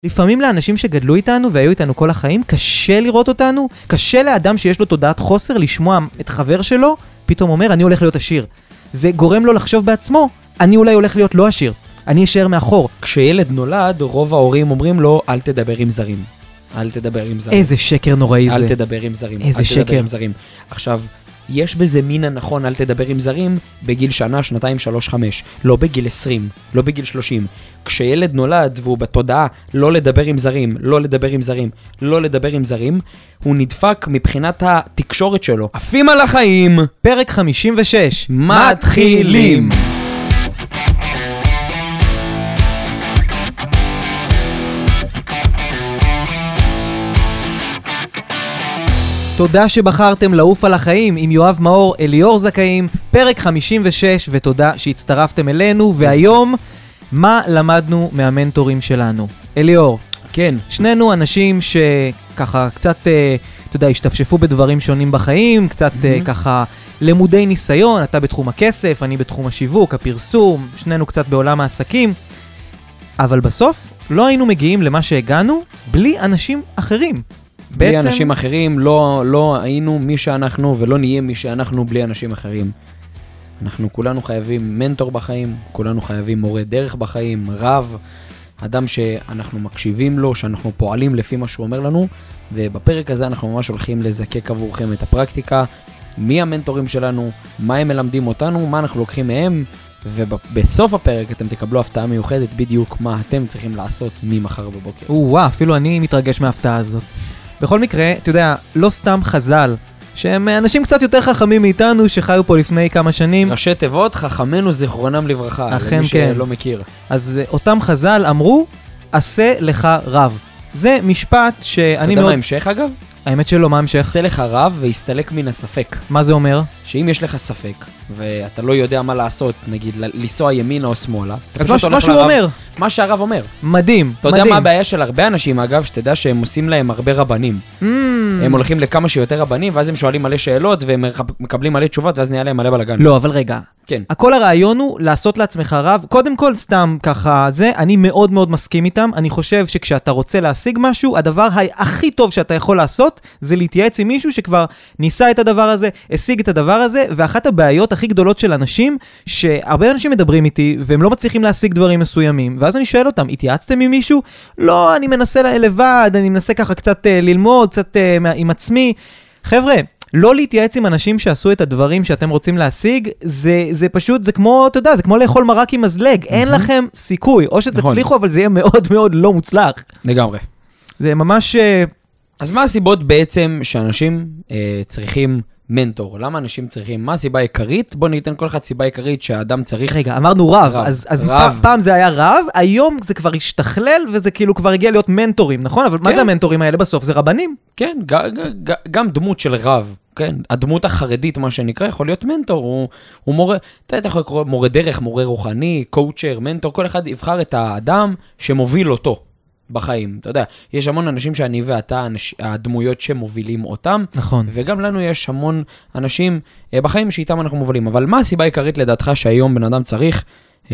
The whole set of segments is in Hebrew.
לפעמים לאנשים שגדלו איתנו והיו איתנו כל החיים, קשה לראות אותנו, קשה לאדם שיש לו תודעת חוסר לשמוע את חבר שלו, פתאום אומר, אני הולך להיות עשיר. זה גורם לו לחשוב בעצמו, אני אולי הולך להיות לא עשיר, אני אשאר מאחור. כשילד נולד, רוב ההורים אומרים לו, אל תדבר עם זרים. אל תדבר עם זרים. איזה שקר נוראי זה. אל תדבר עם זרים. איזה שקר. אל תדבר עם זרים. עכשיו, יש בזה מין הנכון, אל תדבר עם זרים, בגיל שנה, שנתיים, 3, 5. לא בגיל 20, לא בגיל 30. כשילד נולד והוא בתודעה לא לדבר עם זרים, לא לדבר עם זרים, לא לדבר עם זרים, הוא נדפק מבחינת התקשורת שלו. עפים על החיים. פרק 56. מתחילים. תודה שבחרתם לעוף על החיים עם יואב מאור, אליאור זכאים, פרק 56, ותודה שהצטרפתם אלינו, והיום, מה למדנו מהמנטורים שלנו? אליאור. כן. שנינו אנשים שככה קצת, אתה יודע, השתפשפו בדברים שונים בחיים, קצת ככה למודי ניסיון, אתה בתחום הכסף, אני בתחום השיווק, הפרסום, שנינו קצת בעולם העסקים, אבל בסוף לא היינו מגיעים למה שהגענו בלי אנשים אחרים. בלי אנשים אחרים, לא היינו מי שאנחנו ולא נהיה מי שאנחנו בלי אנשים אחרים. אנחנו כולנו חייבים מנטור בחיים, כולנו חייבים מורה דרך בחיים, רב, אדם שאנחנו מקשיבים לו, שאנחנו פועלים לפי מה שהוא אומר לנו, ובפרק הזה אנחנו ממש הולכים לזקק עבורכם את הפרקטיקה, מי המנטורים שלנו, מה הם מלמדים אותנו, מה אנחנו לוקחים מהם, ובסוף הפרק אתם תקבלו הפתעה מיוחדת בדיוק מה אתם צריכים לעשות ממחר בבוקר. וואו, אפילו אני מתרגש מההפתעה הזאת. בכל מקרה, אתה יודע, לא סתם חז"ל, שהם אנשים קצת יותר חכמים מאיתנו, שחיו פה לפני כמה שנים. ראשי תיבות, חכמנו זיכרונם לברכה, אכן למי כן. שלא מכיר. אז אותם חז"ל אמרו, עשה לך רב. זה משפט שאני מאוד... אתה יודע מה המשך אגב? האמת שלא, מה המשך? עשה לך רב והסתלק מן הספק. מה זה אומר? שאם יש לך ספק, ואתה לא יודע מה לעשות, נגיד, לנסוע ימינה או שמאלה. אז מה שהוא אומר. מה שהרב אומר. מדהים, אתה יודע מה הבעיה של הרבה אנשים, אגב, שתדע שהם עושים להם הרבה רבנים. הם הולכים לכמה שיותר רבנים, ואז הם שואלים מלא שאלות, והם מקבלים מלא תשובות, ואז נהיה להם מלא בלגן. לא, אבל רגע. כן. הכל הרעיון הוא לעשות לעצמך רב. קודם כל, סתם ככה זה, אני מאוד מאוד מסכים איתם. אני חושב שכשאתה רוצה להשיג משהו, הדבר הכי טוב שאתה יכול לעשות, זה להתייעץ עם מישהו שכבר ניסה את הדבר הזה, השיג את הדבר הזה, ואחת הבעיות הכי גדולות של אנשים, שהרבה אנשים מדברים איתי, והם לא מצליחים להשיג דברים מסוימים, ואז אני שואל אותם, התייעצתם עם מישהו? לא, אני מנסה לבד, אני מנסה ככה קצת ללמוד, קצת עם עצמי. חבר'ה, לא להתייעץ עם אנשים שעשו את הדברים שאתם רוצים להשיג, זה פשוט, זה כמו, אתה יודע, זה כמו לאכול מרק עם מזלג, אין לכם סיכוי, או שתצליחו, אבל זה יהיה מאוד מאוד לא מוצלח. לגמרי. זה ממש... אז מה הסיבות בעצם שאנשים צריכים מנטור? למה אנשים צריכים? מה הסיבה העיקרית? בוא ניתן כל אחד סיבה עיקרית שהאדם צריך... רגע, אמרנו רב. אז פעם זה היה רב, היום זה כבר השתכלל, וזה כאילו כבר הגיע להיות מנטורים, נכון? אבל מה זה המנטורים האלה בסוף? זה רבנים? כן, גם דמות של רב, כן? הדמות החרדית, מה שנקרא, יכול להיות מנטור. הוא מורה, אתה יכול לקרוא מורה דרך, מורה רוחני, קואוצ'ר, מנטור, כל אחד יבחר את האדם שמוביל אותו. בחיים, אתה יודע, יש המון אנשים שאני ואתה, הדמויות שמובילים אותם, נכון. וגם לנו יש המון אנשים בחיים שאיתם אנחנו מובילים, אבל מה הסיבה העיקרית לדעתך שהיום בן אדם צריך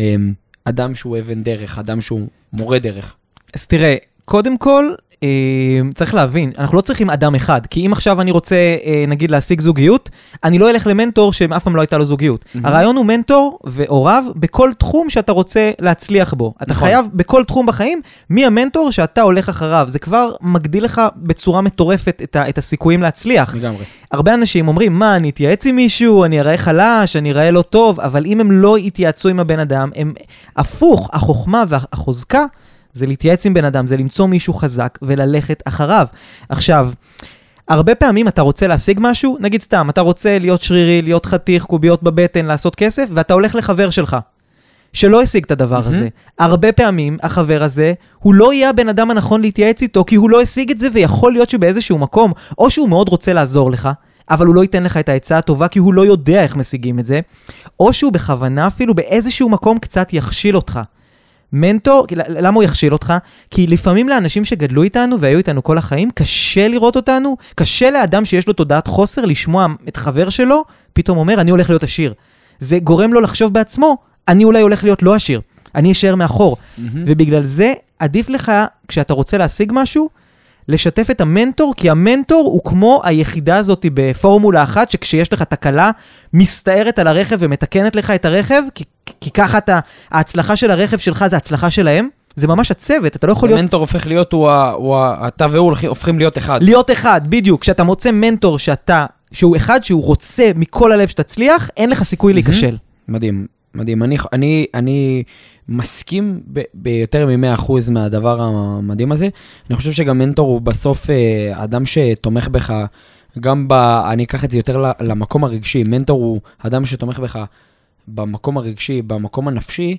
אדם שהוא אבן דרך, אדם שהוא מורה דרך? אז תראה, קודם כל, צריך להבין, אנחנו לא צריכים אדם אחד, כי אם עכשיו אני רוצה, נגיד, להשיג זוגיות, אני לא אלך למנטור שאף פעם לא הייתה לו זוגיות. הרעיון הוא מנטור או רב בכל תחום שאתה רוצה להצליח בו. אתה חייב בכל תחום בחיים, מי המנטור שאתה הולך אחריו. זה כבר מגדיל לך בצורה מטורפת את הסיכויים להצליח. לגמרי. הרבה אנשים אומרים, מה, אני אתייעץ עם מישהו, אני אראה חלש, אני אראה לא טוב, אבל אם הם לא יתייעצו עם הבן אדם, הם הפוך, החוכמה והחוזקה, זה להתייעץ עם בן אדם, זה למצוא מישהו חזק וללכת אחריו. עכשיו, הרבה פעמים אתה רוצה להשיג משהו, נגיד סתם, אתה רוצה להיות שרירי, להיות חתיך, קוביות בבטן, לעשות כסף, ואתה הולך לחבר שלך, שלא השיג את הדבר הזה. הרבה פעמים החבר הזה, הוא לא יהיה הבן אדם הנכון להתייעץ איתו, כי הוא לא השיג את זה, ויכול להיות שבאיזשהו מקום, או שהוא מאוד רוצה לעזור לך, אבל הוא לא ייתן לך את ההצעה הטובה, כי הוא לא יודע איך משיגים את זה, או שהוא בכוונה אפילו באיזשהו מקום קצת יכשיל אותך. מנטור, למה הוא יכשיל אותך? כי לפעמים לאנשים שגדלו איתנו והיו איתנו כל החיים, קשה לראות אותנו, קשה לאדם שיש לו תודעת חוסר לשמוע את חבר שלו, פתאום אומר, אני הולך להיות עשיר. זה גורם לו לחשוב בעצמו, אני אולי הולך להיות לא עשיר. אני אשאר מאחור. ובגלל זה עדיף לך, כשאתה רוצה להשיג משהו, לשתף את המנטור, כי המנטור הוא כמו היחידה הזאת בפורמולה אחת, שכשיש לך תקלה, מסתערת על הרכב ומתקנת לך את הרכב, כי ככה ההצלחה של הרכב שלך זה הצלחה שלהם, זה ממש הצוות, אתה לא יכול להיות... המנטור הופך להיות, אתה והוא הופכים להיות אחד. להיות אחד, בדיוק. כשאתה מוצא מנטור שהוא אחד, שהוא רוצה מכל הלב שתצליח, אין לך סיכוי להיכשל. מדהים, מדהים. אני מסכים ביותר מ-100% מהדבר המדהים הזה. אני חושב שגם מנטור הוא בסוף אדם שתומך בך, גם אני אקח את זה יותר למקום הרגשי. מנטור הוא אדם שתומך בך במקום הרגשי, במקום הנפשי,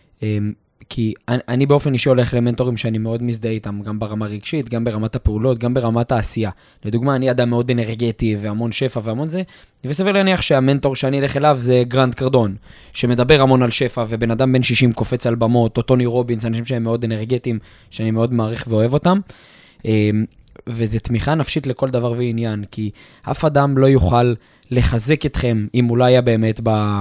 כי אני באופן אישי הולך למנטורים שאני מאוד מזדהה איתם, גם ברמה רגשית, גם ברמת הפעולות, גם ברמת העשייה. לדוגמה, אני אדם מאוד אנרגטי והמון שפע והמון זה, וסביר להניח שהמנטור שאני אלך אליו זה גרנט קרדון, שמדבר המון על שפע, ובן אדם בן 60 קופץ על במות, או טוני רובינס, אנשים שהם מאוד אנרגטיים, שאני מאוד מעריך ואוהב אותם. וזה תמיכה נפשית לכל דבר ועניין, כי אף אדם לא יוכל לחזק אתכם, אם אולי היה באמת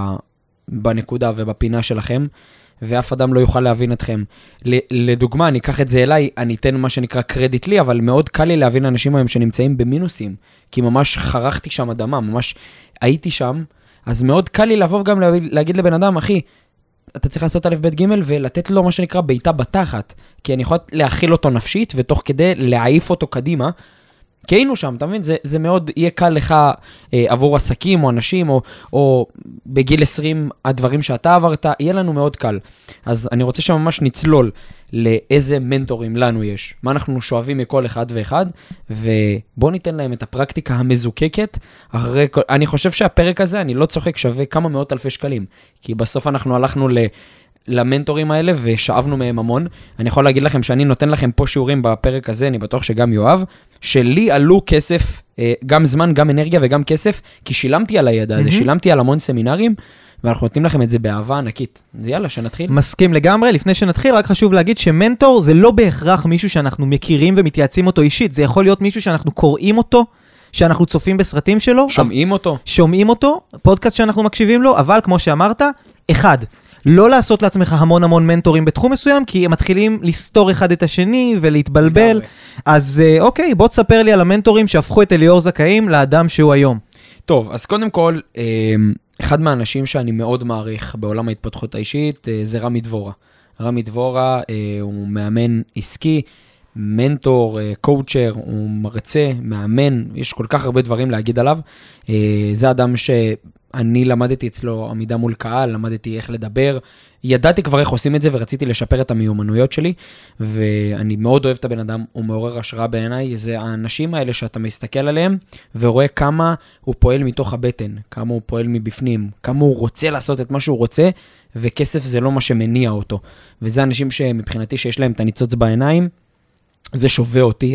בנקודה ובפינה שלכם, ואף אדם לא יוכל להבין אתכם. לדוגמה, אני אקח את זה אליי, אני אתן מה שנקרא קרדיט לי, אבל מאוד קל לי להבין אנשים היום שנמצאים במינוסים, כי ממש חרכתי שם אדמה, ממש הייתי שם, אז מאוד קל לי לבוא גם להגיד לבן אדם, אחי, אתה צריך לעשות א' ב' ג' ולתת לו מה שנקרא בעיטה בתחת, כי אני יכול להכיל אותו נפשית, ותוך כדי להעיף אותו קדימה, כי היינו שם, אתה מבין? זה מאוד יהיה קל לך עבור עסקים או אנשים, או בגיל 20 הדברים שאתה עברת, יהיה לנו מאוד קל. אז אני רוצה שממש נצלול לאיזה מנטורים לנו יש, מה אנחנו שואבים מכל אחד ואחד, ובוא ניתן להם את הפרקטיקה המזוקקת. אני חושב שהפרק הזה, אני לא צוחק, שווה כמה מאות אלפי שקלים, כי בסוף אנחנו הלכנו למנטורים האלה ושאבנו מהם המון. אני יכול להגיד לכם שאני נותן לכם פה שיעורים בפרק הזה, אני בטוח שגם יואב, שלי עלו כסף, גם זמן, גם אנרגיה וגם כסף, כי שילמתי על הידע הזה, שילמתי על המון סמינרים, ואנחנו נותנים לכם את זה באהבה ענקית. אז יאללה, שנתחיל. מסכים לגמרי. לפני שנתחיל, רק חשוב להגיד שמנטור זה לא בהכרח מישהו שאנחנו מכירים ומתייעצים אותו אישית, זה יכול להיות מישהו שאנחנו קוראים אותו, שאנחנו צופים בסרטים שלו. שומעים אותו, פודקאסט שאנחנו מקשיבים לו, אבל כמו שאמרת, אחד, לא לעשות לעצמך המון מנטורים בתחום מסוים, כי הם מתחילים לסתור אחד את השני ולהתבלבל. אז אוקיי, בוא תספר לי על המנטורים שהפכו את אליאור זכאים לאדם שהוא היום. טוב, אז קודם כל, אחד מהאנשים שאני מאוד מעריך בעולם ההתפתחות האישית, זה רמי דבורה. רמי דבורה הוא מאמן עסקי, מנטור, קואוצ'ר, הוא מרצה, מאמן, יש כל כך הרבה דברים להגיד עליו. זה אדם שאני למדתי אצלו עמידה מול קהל, למדתי איך לדבר, ידעתי כבר איך עושים את זה ורציתי לשפר את המיומנויות שלי, ואני מאוד אוהב את הבן אדם, הוא מעורר השראה בעיניי, זה האנשים האלה שאתה מסתכל עליהם ורואה כמה הוא פועל מתוך הבטן, כמה הוא פועל מבפנים, כמה הוא רוצה לעשות את מה שהוא רוצה, וכסף זה לא מה שמניע אותו. וזה אנשים שמבחינתי שיש להם את הניצוץ בעיניים, זה שווה אותי,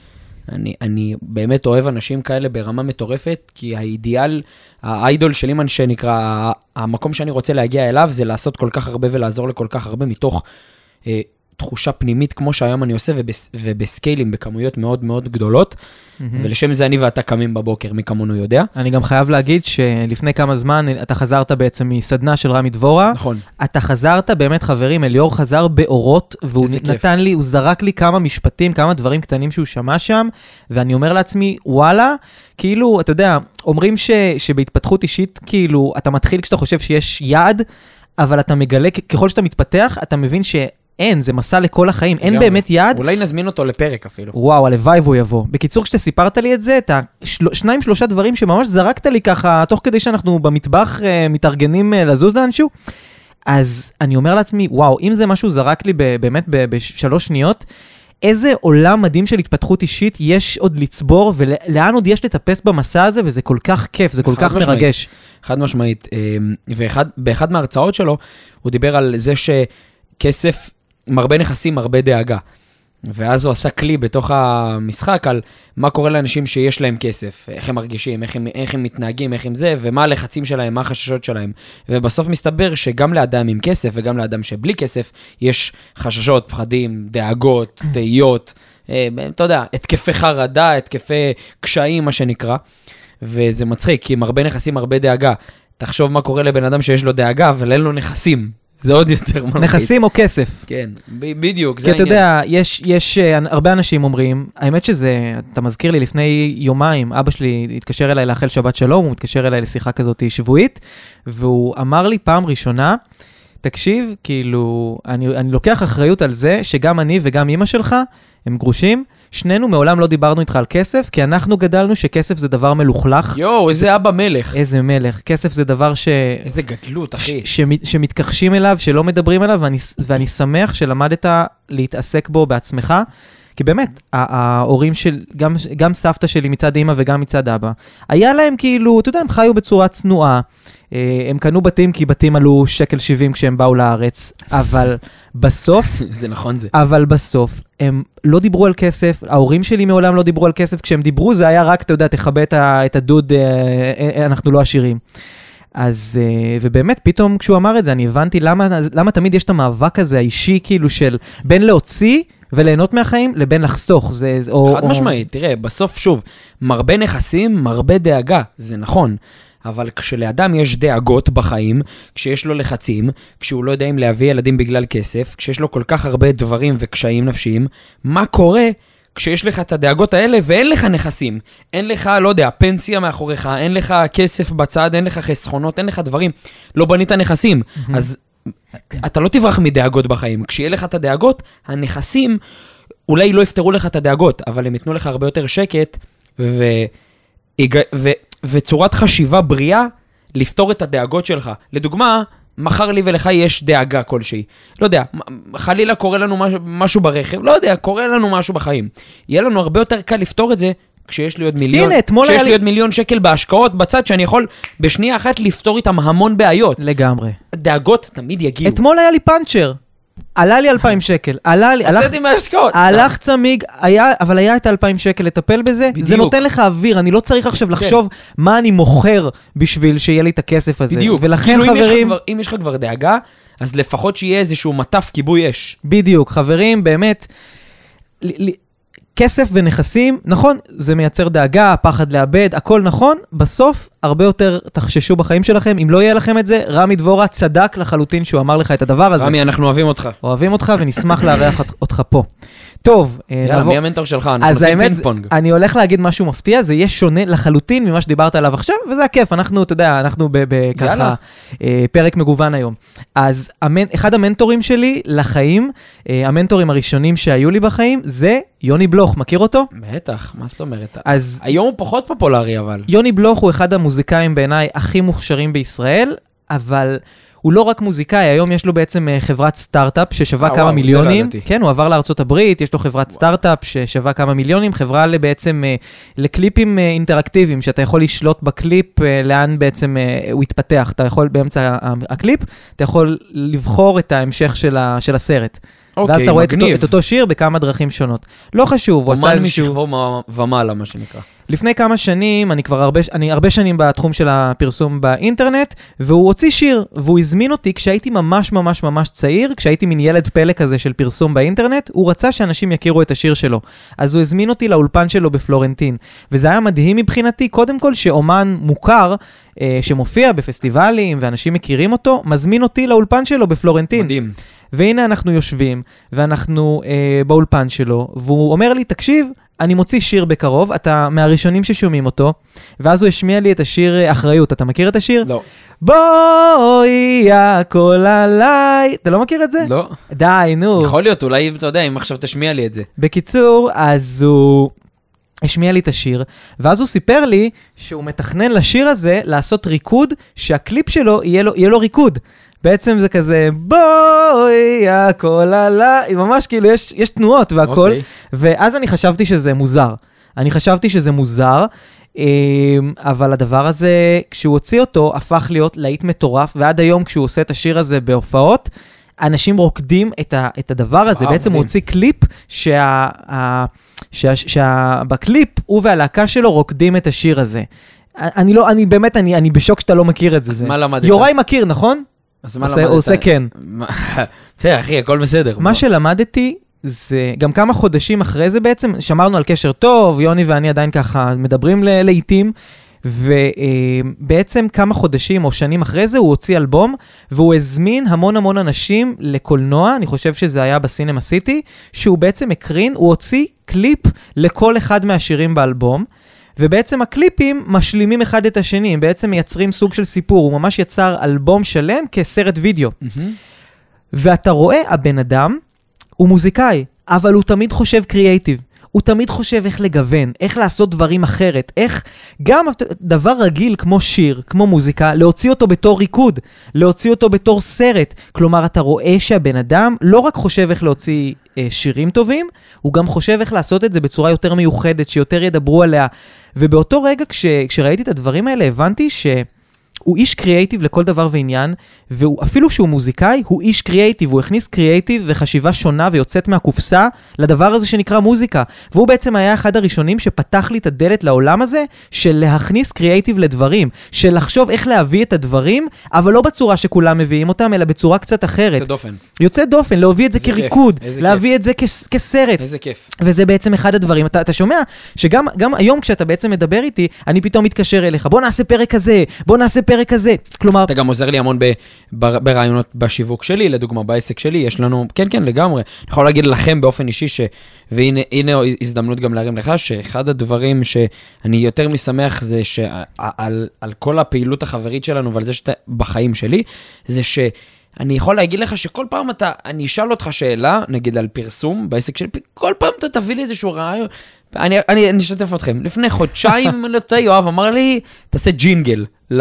אני באמת אוהב אנשים כאלה ברמה מטורפת, כי האידיאל, האיידול שלי מה שנקרא, המקום שאני רוצה להגיע אליו, זה לעשות כל כך הרבה ולעזור לכל כך הרבה, מתוך תחושה פנימית, כמו שהיום אני עושה, ובסקיילים, בכמויות מאוד מאוד גדולות, ולשם זה אני ואתה קמים בבוקר, מי כמונו יודע. אני גם חייב להגיד שלפני כמה זמן אתה חזרת בעצם מסדנה של רמי דבורה. נכון. אתה חזרת באמת חברים, אליאור חזר באורות, והוא נתן לי, הוא זרק לי כמה משפטים, כמה דברים קטנים שהוא שמע שם, ואני אומר לעצמי, וואלה, כאילו, אתה יודע, אומרים שבהתפתחות אישית, כאילו, אתה מתחיל כשאתה חושב שיש יעד, אבל אתה מגלה, ככל שאתה מתפתח, אתה מבין אין, זה מסע לכל החיים, אין באמת יעד. אולי נזמין אותו לפרק אפילו. וואו, הלוואי והוא יבוא. בקיצור, כשאתה סיפרת לי את זה, את שניים, שלושה דברים שממש זרקת לי ככה, תוך כדי שאנחנו במטבח מתארגנים לזוז לאנשהו, אז אני אומר לעצמי, וואו, אם זה משהו זרק לי באמת בשלוש שניות, איזה עולם מדהים של התפתחות אישית יש עוד לצבור, ולאן עוד יש לטפס במסע הזה, וזה כל כך כיף, זה כל כך מרגש. חד משמעית. ובאחד מההרצאות שלו, הוא דיבר על זה שכסף מרבה נכסים, מרבה דאגה. ואז הוא עשה כלי בתוך המשחק על מה קורה לאנשים שיש להם כסף, איך הם מרגישים, איך הם מתנהגים, איך הם זה, ומה הלחצים שלהם, מה החששות שלהם. ובסוף מסתבר שגם לאדם עם כסף וגם לאדם שבלי כסף, יש חששות, פחדים, דאגות, תהיות, אתה יודע, התקפי חרדה, התקפי קשיים, מה שנקרא. וזה מצחיק, כי מרבה נכסים, מרבה דאגה. תחשוב מה קורה לבן אדם שיש לו דאגה, אבל אין לו נכסים. זה עוד יותר מלחיץ. נכסים או כסף. כן, בדיוק, זה כי אתה העניין. יודע, יש הרבה אנשים אומרים, האמת שזה, אתה מזכיר לי, לפני יומיים, אבא שלי התקשר אליי לאחל שבת שלום, הוא מתקשר אליי לשיחה כזאת שבועית, והוא אמר לי פעם ראשונה, תקשיב, כאילו, אני לוקח אחריות על זה, שגם אני וגם אמא שלך, הם גרושים, שנינו מעולם לא דיברנו איתך על כסף, כי אנחנו גדלנו שכסף זה דבר מלוכלך. יואו, איזה אבא מלך. איזה מלך. כסף זה דבר איזה גדלות, אחי. שמתכחשים אליו, שלא מדברים עליו, ואני שמח שלמדת להתעסק בו בעצמך, כי באמת, ההורים של, גם סבתא שלי מצד אמא וגם מצד אבא, היה להם כאילו, אתה יודע, הם חיו בצורה צנועה, הם קנו בתים כי בתים עלו $1.70 כשהם באו לארץ, אבל בסוף, זה נכון זה. אבל בסוף, הם לא דיברו על כסף, ההורים שלי מעולם לא דיברו על כסף, כשהם דיברו זה היה רק, אתה יודע, תחבא את הדוד, אנחנו לא עשירים. אז, ובאמת, פתאום כשהוא אמר את זה, אני הבנתי למה תמיד יש את המאבק הזה, האישי, כאילו של בין להוציא וליהנות מהחיים, לבין לחסוך. חד משמעית, תראה, בסוף שוב, מרבה נכסים, מרבה דאגה, זה נכון. אבל כשלאדם יש דאגות בחיים, כשיש לו לחצים, כשהוא לא יודע אם להביא ילדים בגלל כסף, כשיש לו כל כך הרבה דברים וקשיים נפשיים, מה קורה כשיש לך את הדאגות האלה ואין לך נכסים? אין לך, לא יודע, פנסיה מאחוריך, אין לך כסף בצד, אין לך חסכונות, אין לך דברים, לא בנית נכסים. אז אתה לא תברח מדאגות בחיים. כשיהיה לך את הדאגות, הנכסים אולי לא יפתרו לך את הדאגות, אבל הם ייתנו לך הרבה יותר שקט וצורת חשיבה בריאה לפתור את הדאגות שלך. לדוגמה, מחר לי ולך יש דאגה כלשהי. לא יודע, חלילה קורה לנו משהו ברכב, לא יודע, קורה לנו משהו בחיים. יהיה לנו הרבה יותר קל לפתור את זה כשיש לי עוד מיליון, כשיש לי עוד מיליון שקל בהשקעות בצד שאני יכול בשנייה אחת לפתור איתם המון בעיות. לגמרי. דאגות תמיד יגיעו. אתמול היה לי פאנצ'ר. עלה לי 2,000 שקל. הוצאתי מהשקעות. הלך צמיג, אבל היה את 2,000 שקל לטפל בזה. בדיוק. זה נותן לך אוויר. אני לא צריך עכשיו לחשוב מה אני מוכר בשביל שיהיה לי את הכסף הזה. בדיוק. ולכן חברים... אם יש לך כבר דאגה, אז לפחות שיהיה איזשהו מטף כיבוי אש. בדיוק. חברים, באמת... כסף ונכסים, נכון, זה מייצר דאגה, פחד לאבד, הכל נכון, בסוף הרבה יותר תחששו בחיים שלכם, אם לא יהיה לכם את זה, רמי דבורה צדק לחלוטין שהוא אמר לך את הדבר הזה. רמי, אנחנו אוהבים אותך. אוהבים אותך ונשמח לארח אותך פה. טוב, יאללה, מי המנטור שלך? אנחנו עושים פינג פונג. אני הולך להגיד משהו מפתיע, זה יהיה שונה לחלוטין ממה שדיברת עליו עכשיו, וזה הכיף, אנחנו, אתה יודע, אנחנו בככה פרק מגוון היום. אז אחד המנטורים שלי לחיים, המנטורים הראשונים שהיו לי בחיים, זה יוני בלוך, מכיר אותו? בטח, מה זאת אומרת? אז היום הוא פחות פופולרי, אבל. יוני בלוך הוא אחד המוזיקאים בעיניי הכי מוכשרים בישראל, אבל... הוא לא רק מוזיקאי, היום יש לו בעצם חברת סטארט-אפ ששווה כמה מיליונים. כן, הוא עבר לארצות הברית, יש לו חברת סטארט-אפ ששווה כמה מיליונים, חברה בעצם לקליפים אינטראקטיביים, שאתה יכול לשלוט בקליפ, לאן בעצם הוא יתפתח. אתה יכול באמצע הקליפ, אתה יכול לבחור את ההמשך של הסרט. ואז אתה רואה את אותו שיר בכמה דרכים שונות. לא חשוב, הוא עשה איזשהו... אומן משכבו ומעלה, מה שנקרא. לפני כמה שנים, אני הרבה שנים בתחום של הפרסום באינטרנט, והוא הוציא שיר, והוא הזמין אותי כשהייתי ממש ממש ממש צעיר, כשהייתי מין ילד פלא כזה של פרסום באינטרנט, הוא רצה שאנשים יכירו את השיר שלו. אז הוא הזמין אותי לאולפן שלו בפלורנטין. וזה היה מדהים מבחינתי, קודם כל שאומן מוכר, שמופיע בפסטיבלים, ואנשים מכירים אותו, מזמין אותי לאולפן שלו בפלורנטין. מדהים. והנה אנחנו יושבים, ואנחנו באולפן שלו, והוא אומר לי, תקשיב, אני מוציא שיר בקרוב, אתה מהראשונים ששומעים אותו, ואז הוא השמיע לי את השיר אחריות. אתה מכיר את השיר? לא. בואי הכל עליי. אתה לא מכיר את זה? לא. די, נו. יכול להיות, אולי, אתה יודע, אם עכשיו תשמיע לי את זה. בקיצור, אז הוא השמיע לי את השיר, ואז הוא סיפר לי שהוא מתכנן לשיר הזה לעשות ריקוד, שהקליפ שלו יהיה לו ריקוד. בעצם זה כזה, בואי הכל עליי, ממש כאילו יש תנועות והכל, ואז אני חשבתי שזה מוזר, אבל הדבר הזה, כשהוא הוציא אותו, הפך להיות להיט מטורף, ועד היום כשהוא עושה את השיר הזה בהופעות, אנשים רוקדים את הדבר הזה, בעצם הוא הוציא קליפ שבקליפ הוא והלהקה שלו רוקדים את השיר הזה. אני בשוק שאתה לא מכיר את זה. אז מה למדת? יוראי מכיר, נכון? הוא עושה כן. תראה, אחי, הכל בסדר. מה שלמדתי, זה גם כמה חודשים אחרי זה בעצם, שמרנו על קשר טוב, יוני ואני עדיין ככה מדברים לעיתים, ובעצם כמה חודשים או שנים אחרי זה הוא הוציא אלבום, והוא הזמין המון אנשים לקולנוע, אני חושב שזה היה בסינמה סיטי, שהוא בעצם הקרין, הוא הוציא קליפ לכל אחד מהשירים באלבום, ובעצם הקליפים משלימים אחד את השני, הם בעצם מייצרים סוג של סיפור, הוא ממש יצר אלבום שלם כסרט וידאו. ואתה רואה, הבן אדם הוא מוזיקאי, אבל הוא תמיד חושב קריאייטיב. הוא תמיד חושב איך לגוון, איך לעשות דברים אחרת, איך גם דבר רגיל כמו שיר, כמו מוזיקה, להוציא אותו בתור ריקוד, להוציא אותו בתור סרט. כלומר, אתה שראה שהבן אדם לא רק חושב איך להוציא שירים טובים, הוא גם חושב איך לעשות את זה בצורה יותר מיוחדת, שיותר ידברו עליה. ובאותו רגע כשראיתי את הדברים האלה, הבנתי שהוא איש קריאייטיב לכל דבר ועניין, ואפילו שהוא מוזיקאי, הוא איש קריאייטיב, הוא הכניס קריאייטיב וחשיבה שונה ויוצאת מהקופסה לדבר הזה שנקרא מוזיקה. והוא בעצם היה אחד הראשונים שפתח לי את הדלת לעולם הזה, של להכניס קריאייטיב לדברים, של לחשוב איך להביא את הדברים, אבל לא בצורה שכולם מביאים אותם, אלא בצורה קצת אחרת. יוצא דופן. יוצא דופן, להביא את זה כריקוד, להביא את זה כסרט. איזה כיף. וזה בעצם אחד הדברים. אתה שומע שגם היום כשאתה בעצם מדבר איתי, אני פתאום מתקשר אליך, בוא נעשה פרק כזה, בוא נעשה פרק כזה. כלומר, אתה גם עוזר לי המון ברעיונות בשיווק שלי, לדוגמה בעסק שלי, יש לנו, כן, לגמרי. אני יכול להגיד לכם באופן אישי והנה הזדמנות גם להרים לך, שאחד הדברים שאני יותר משמח זה שעל כל הפעילות החברית שלנו ועל זה שאתה בחיים שלי, זה שאני יכול להגיד לך שכל פעם אני אשאל אותך שאלה, נגיד על פרסום בעסק שלי, כל פעם אתה תביא לי איזשהו רעיון, אני אשתף אתכם. לפני חודשיים, יואב אמר לי, תעשה ג'ינגל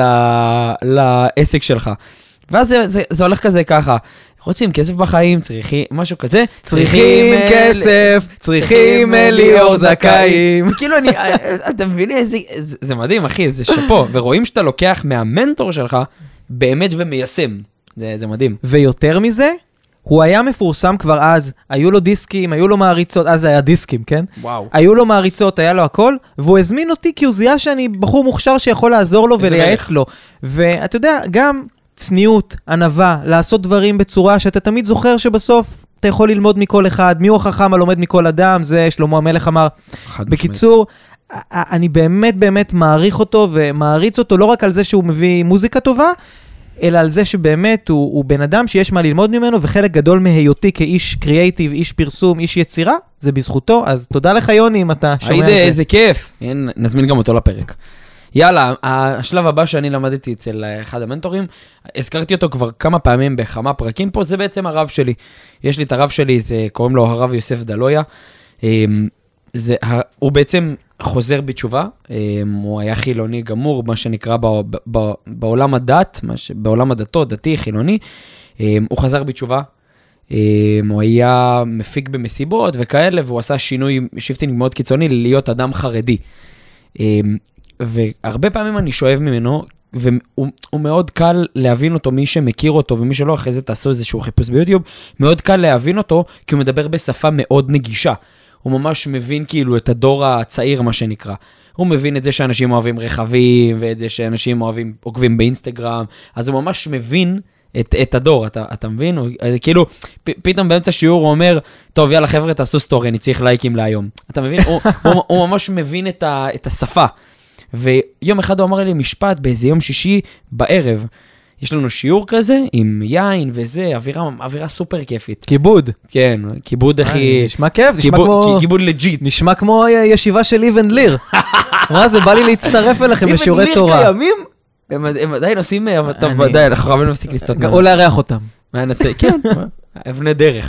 לעסק שלך. ואז זה הולך כזה ככה, רוצים כסף בחיים, צריכים, משהו כזה, צריכים כסף, צריכים ליאור זכאים. כאילו אתה מבין, זה מדהים אחי, זה שפו, ורואים שאתה לוקח מהמנטור שלך, באמת ומיישם, זה מדהים. ויותר מזה, הוא היה מפורסם כבר אז, היו לו דיסקים, היו לו מעריצות, אז זה היה דיסקים, כן? וואו. היו לו מעריצות, היה לו הכל, והוא הזמין אותי כי הוא זיהה שאני בחור מוכשר שיכול לעזור לו ולייעץ לו. ואתה יודע, גם צניעות, ענווה, לעשות דברים בצורה שאתה תמיד זוכר שבסוף אתה יכול ללמוד מכל אחד, מי הוא החכם הלומד מכל אדם, זה שלמה המלך אמר. בקיצור, אני באמת מעריך אותו ומעריץ אותו לא רק על זה שהוא מביא מוזיקה טובה, אלא על זה שבאמת הוא בן אדם שיש מה ללמוד ממנו, וחלק גדול מהיותי כאיש קריאייטיב, איש פרסום, איש יצירה, זה בזכותו, אז תודה לך יוני אם אתה שומע את זה. איזה כיף, נזמין גם אותו לפרק. יאללה, השלב הבא שאני למדתי אצל אחד המנטורים, הזכרתי אותו כבר כמה פעמים בכמה פרקים פה, זה בעצם הרב שלי. יש לי את הרב שלי, קוראים לו הרב יוסף דלויה. הוא בעצם חוזר בתשובה, הוא היה חילוני גמור, מה שנקרא בעולם הדת, בעולם הדתות, דתי, חילוני. הוא חזר בתשובה, הוא היה מפיק במסיבות וכאלה, והוא עשה שינוי שיפטינג מאוד קיצוני להיות אדם חרדי. והרבה פעמים אני שואב ממנו, והוא מאוד קל להבין אותו, מי שמכיר אותו ומי שלא, אחרי זה תעשו איזשהו חיפוש ביוטיוב, מאוד קל להבין אותו, כי הוא מדבר בשפה מאוד נגישה. הוא ממש מבין כאילו את הדור הצעיר, מה שנקרא. הוא מבין את זה שאנשים אוהבים רכבים, ואת זה שאנשים עוקבים באינסטגרם, אז הוא ממש מבין את הדור, אתה מבין? כאילו, פתאום באמצע שיעור הוא אומר, טוב, יאללה חבר'ה, תעשו סטורי, אני צריך לייקים להיום. אתה מבין? הוא ממש מבין את השפה. ויום אחד הוא אמר לי משפט באיזה יום שישי בערב, יש לנו שיעור כזה עם יין וזה, אווירה סופר כיפית. כיבוד. כן, כיבוד הכי... נשמע כיף, נשמע כמו... כיבוד לג'יט. נשמע כמו ישיבה של איבן ליר. מה זה, בא לי להצטרף אליכם לשיעורי תורה. איבן ליר קיימים? הם עדיין עושים... טוב, עדיין, אנחנו חייבים להפסיק לסטות. או לארח אותם. מה נעשה? כן, אבני דרך.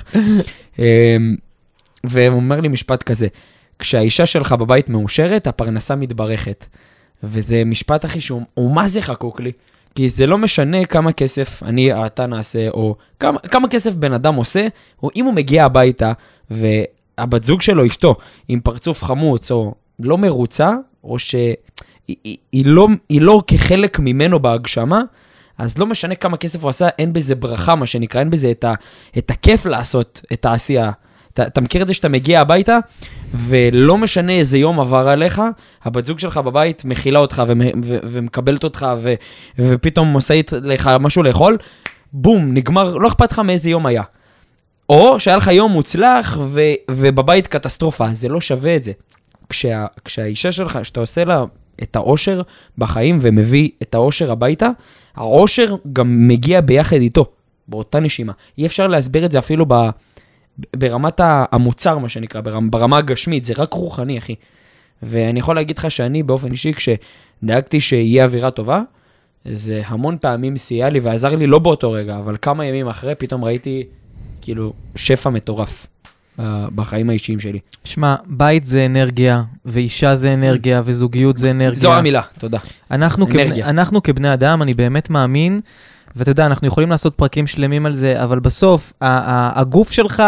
והם אומר לי משפט כזה, כשהאישה שלך בבית מאושרת, הפרנסה מתברכת. וזה משפט אחי שהוא מה זה חקוק לי? כי זה לא משנה כמה כסף אתה נעשה, או כמה כסף בן אדם עושה, או אם הוא מגיע הביתה, והבת זוג שלו, אשתו, עם פרצוף חמוץ, או לא מרוצה, או שהיא לא כחלק ממנו בהגשמה, אז לא משנה כמה כסף הוא עשה, אין בזה ברכה, מה שנקרא, אין בזה את הכיף לעשות את העשייה. אתה מכיר את זה שאתה מגיע הביתה, ולא משנה איזה יום עבר עליך, הבת זוג שלך בבית מכילה אותך ומקבלת אותך, ופתאום מוסעית לך משהו לאכול, בום, נגמר, לא אכפת לך מאיזה יום היה. או שהיה לך יום מוצלח, ובבית קטסטרופה, זה לא שווה את זה. כשהאישה שלך, שאתה עושה לה את האושר בחיים ומביא את האושר הביתה, האושר גם מגיע ביחד איתו, באותה נשימה. אי אפשר להסביר את זה אפילו ברמת המוצר, מה שנקרא, ברמה הגשמית, זה רק רוחני, אחי. ואני יכול להגיד לך שאני באופן אישי, כשדאגתי שיהיה אווירה טובה, זה המון פעמים סייע לי ועזר לי, לא באותו רגע, אבל כמה ימים אחרי, פתאום ראיתי כאילו שפע מטורף בחיים האישיים שלי. שמע, בית זה אנרגיה, ואישה זה אנרגיה, וזוגיות זה אנרגיה. זו המילה, תודה. אנחנו כבני אדם, אני באמת מאמין, ואתה יודע, אנחנו יכולים לעשות פרקים שלמים על זה, אבל בסוף, הגוף שלך,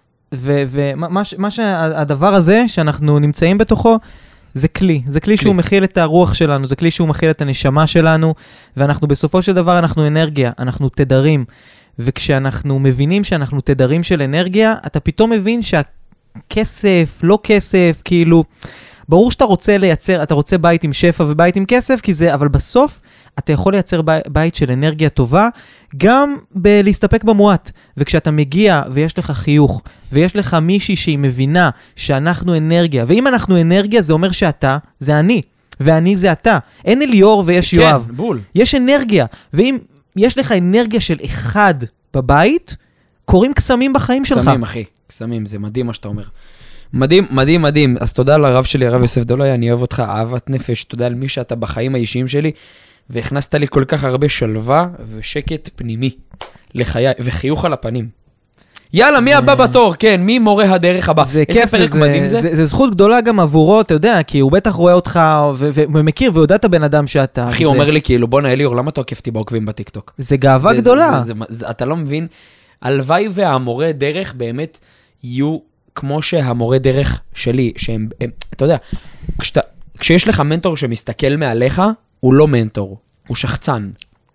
הדבר הזה שאנחנו נמצאים בתוכו, זה כלי שהוא מכיל את הרוח שלנו, זה כלי שהוא מכיל את הנשמה שלנו, ואנחנו בסופו של דבר, אנחנו אנרגיה, אנחנו תדרים, וכשאנחנו מבינים שאנחנו תדרים של אנרגיה, אתה פתאום מבין שהכסף, לא כסף, כאילו, ברור שאתה רוצה לייצר, אתה רוצה בית עם שפע ובית עם כסף, כי זה, אבל בסוף אתה יכול לייצר בית של אנרגיה טובה, גם בלהסתפק במועט. וכשאתה מגיע ויש לך חיוך, ויש לך מישהי שהיא מבינה שאנחנו אנרגיה, ואם אנחנו אנרגיה זה אומר שאתה, זה אני, ואני זה אתה. אין אליור ויש יואב. כן, בול. יש אנרגיה, ואם יש לך אנרגיה של אחד בבית, קוראים קסמים בחיים שלך. קסמים, אחי, קסמים, זה מדהים מה שאתה אומר. מדהים, מדהים, מדהים. אז תודה לרב שלי, הרב יוסף דולאי, אני אוהב אותך, אהבת נפש, תודה על מי שאתה בחיים האישיים שלי, והכנסת לי כל כך הרבה שלווה ושקט פנימי לחיי, וחיוך על הפנים. יאללה, מי הבא בתור? כן, מי מורה הדרך הבא? איזה פרק מדהים זה? זה זכות גדולה גם עבורו, אתה יודע, כי הוא בטח רואה אותך ומכיר ויודע את הבן אדם שאתה. אחי, הוא אומר לי כאילו, בוא נאליור, למה אתה עוקף אותי בעוקבים בטיקטוק? זה גאווה גדולה. אתה לא מבין, הלוואי והמורה דרך באמת יהיו כמו שהמורה דרך שלי, שהם, אתה יודע, כשיש לך מנטור שמסתכל מעליך, הוא לא מנטור, הוא שחצן.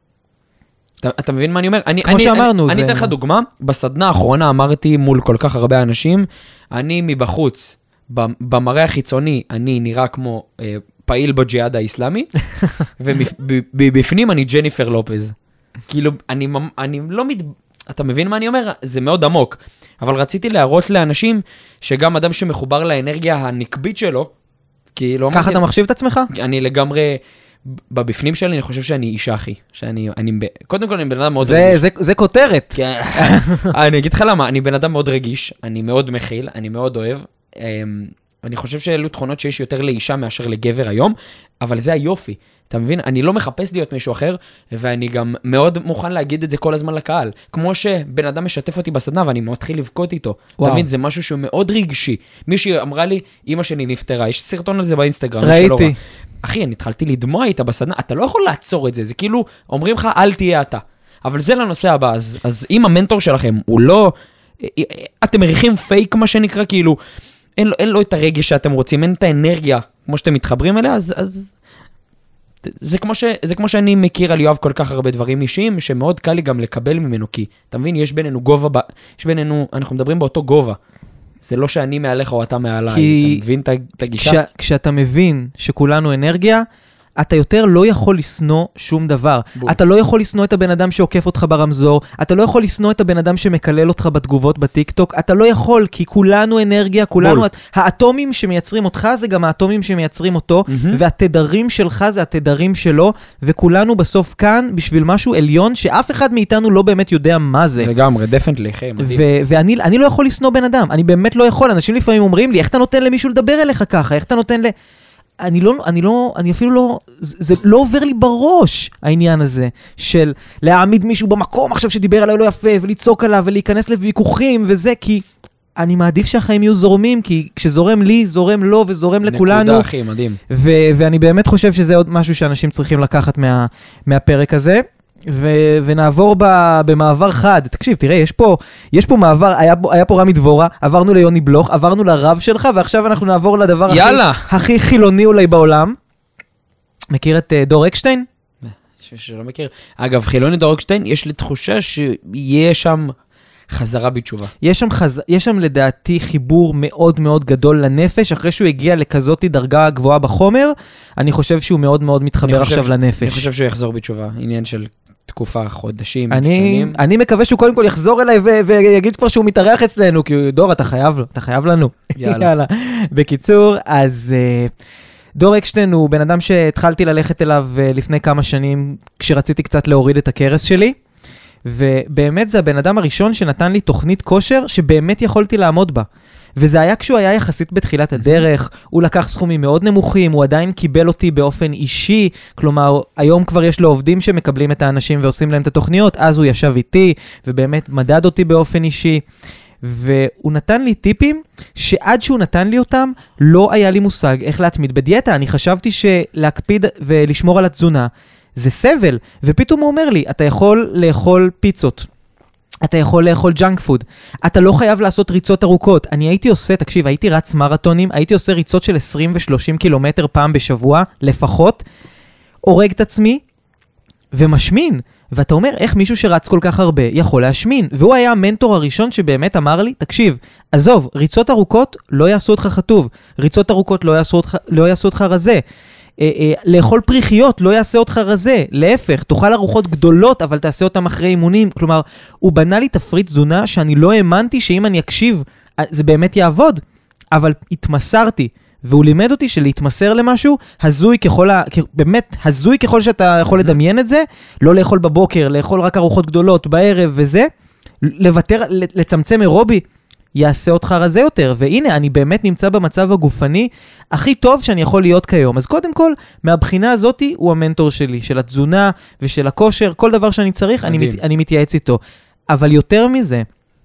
אתה מבין מה אני אומר? כמו שאמרנו. אני אתן לך דוגמה, בסדנה האחרונה אמרתי מול כל כך הרבה אנשים, אני מבחוץ, במראה החיצוני, אני נראה כמו פעיל בג'יהאד האסלאמי, ובפנים אני ג'ניפר לופז. כאילו, אני לא אתה מבין מה אני אומר? זה מאוד עמוק. אבל רציתי להראות לאנשים שגם אדם שמחובר לאנרגיה הנקבית שלו, כאילו... ככה אתה מחשיב את עצמך? אני לגמרי... בבפנים שלי אני חושב שאני אישה, אחי. קודם כל אני בן אדם מאוד רגיש. זה כותרת. אני אגיד לך למה, אני בן אדם מאוד רגיש, אני מאוד מכיל, אני מאוד אוהב. אני חושב שאלו תכונות שיש יותר לאישה מאשר לגבר היום, אבל זה היופי. אתה מבין? אני לא מחפש להיות מישהו אחר, ואני גם מאוד מוכן להגיד את זה כל הזמן לקהל. כמו שבן אדם משתף אותי בסדנה, ואני מתחיל לבכות איתו. אתה מבין? זה משהו שהוא מאוד רגשי. מישהי אמרה לי, אמא שלי נפטרה, יש סרטון על זה באינסטגרם. ראיתי. אחי, אני התחלתי לדמוע איתה בסדנה, אתה לא יכול לעצור את זה, זה כאילו, אומרים לך, אל תהיה אתה. אבל זה לנושא הבא, אז אם המנטור שלכם הוא לא, אתם מריחים פייק מה שנקרא, כאילו, אין לו את הרגש שאתם רוצים, אין את האנרגיה, כמו שאתם מתחברים אליה, אז זה כמו שאני מכיר על יואב כל כך הרבה דברים אישיים, שמאוד קל לי גם לקבל ממנו, כי אתה מבין, יש בינינו גובה, יש בינינו, אנחנו מדברים באותו גובה. זה לא שאני מעליך או אתה מעליי, אתה מבין את הגישה? כשאתה מבין שכולנו אנרגיה, אתה יותר לא יכול לסנוע שום דבר. אתה לא יכול לסנוע את הבן אדם שעוקף אותך ברמזור, אתה לא יכול לסנוע את הבן אדם שמקלל אותך בתגובות בטיקטוק, אתה לא יכול, כי כולנו אנרגיה, כולנו... האטומים שמייצרים אותך זה גם האטומים שמייצרים אותו, והתדרים שלך זה התדרים שלו, וכולנו בסוף כאן בשביל משהו עליון, שאף אחד מאיתנו לא באמת יודע מה זה. לגמרי, definitely, חי, מדהים. ואני לא יכול לסנוע בן אדם, אני באמת לא יכול. אנשים לפעמים אומרים לי, איך אתה נותן למישהו לדבר אליך ככה? איך אתה נותן אני אפילו לא, זה לא עובר לי בראש, העניין הזה, של להעמיד מישהו במקום עכשיו שדיבר עליו לא יפה, ולצעוק עליו, ולהיכנס לוויכוחים, וזה כי אני מעדיף שהחיים יהיו זורמים, כי כשזורם לי, זורם לו, וזורם לכולנו. נקודה, אחי, מדהים. ואני באמת חושב שזה עוד משהו שאנשים צריכים לקחת מהפרק הזה. ונעבור במעבר חד. תקשיב, תראה, יש פה מעבר, היה פה רמי דבורה, עברנו ליוני בלוך, עברנו לרב שלך, ועכשיו אנחנו נעבור לדבר הכי חילוני אולי בעולם. מכיר את דור אקשטיין? שלא מכיר. אגב, חילוני דור אקשטיין, יש לי תחושה שיהיה שם חזרה בתשובה. יש שם לדעתי חיבור מאוד מאוד גדול לנפש, אחרי שהוא הגיע לכזאת דרגה גבוהה בחומר, אני חושב שהוא מאוד מאוד מתחבר עכשיו לנפש. אני חושב שהוא יחזור בתשובה, עניין של תקופה, חודשים, שנים. אני מקווה שהוא קודם כל יחזור אליי ויגיד כבר שהוא מתארח אצלנו, כי דור, אתה חייב לנו. יאללה. בקיצור, אז דור אקשטיין הוא בן אדם שהתחלתי ללכת אליו לפני כמה שנים, כשרציתי קצת להוריד את הקרס שלי, ובאמת זה הבן אדם הראשון שנתן לי תוכנית כושר שבאמת יכולתי לעמוד בה. וזה היה כשהוא היה יחסית בתחילת הדרך, הוא לקח סכומים מאוד נמוכים, הוא עדיין קיבל אותי באופן אישי, כלומר, היום כבר יש לו עובדים שמקבלים את האנשים ועושים להם את התוכניות, אז הוא ישב איתי ובאמת מדד אותי באופן אישי, והוא נתן לי טיפים שעד שהוא נתן לי אותם, לא היה לי מושג איך להתמיד בדיאטה. אני חשבתי שלהקפיד ולשמור על התזונה זה סבל, ופתאום הוא אומר לי, אתה יכול לאכול פיצות, אתה יכול לאכול ג'אנק פוד, אתה לא חייב לעשות ריצות ארוכות. אני הייתי עושה, תקשיב, הייתי רץ מרתונים, הייתי עושה ריצות של 20 ו-30 קילומטר פעם בשבוע, לפחות, הורג את עצמי ומשמין. ואתה אומר, איך מישהו שרץ כל כך הרבה יכול להשמין? והוא היה המנטור הראשון שבאמת אמר לי, תקשיב, עזוב, ריצות ארוכות לא יעשו אותך חטוב, ריצות ארוכות לא יעשו אותך רזה, לאכול פריחיות לא יעשה אותך רזה, להפך, תאכל ארוחות גדולות, אבל תעשה אותם אחרי אימונים. כלומר, הוא בנה לי תפריט תזונה שאני לא האמנתי שאם אני אקשיב, זה באמת יעבוד, אבל התמסרתי, והוא לימד אותי שלהתמסר למשהו, הזוי באמת הזוי ככל שאתה יכול לדמיין את זה, לא לאכול בבוקר, לאכול רק ארוחות גדולות בערב וזה, לוותר, לצמצם אירובי, יעשה אותך רזה יותר, והנה, אני באמת נמצא במצב הגופני הכי טוב שאני יכול להיות כיום. אז קודם כל, מהבחינה הזאת, הוא המנטור שלי, של התזונה ושל הכושר, כל דבר שאני צריך, אני מתייעץ איתו. אבל יותר מזה,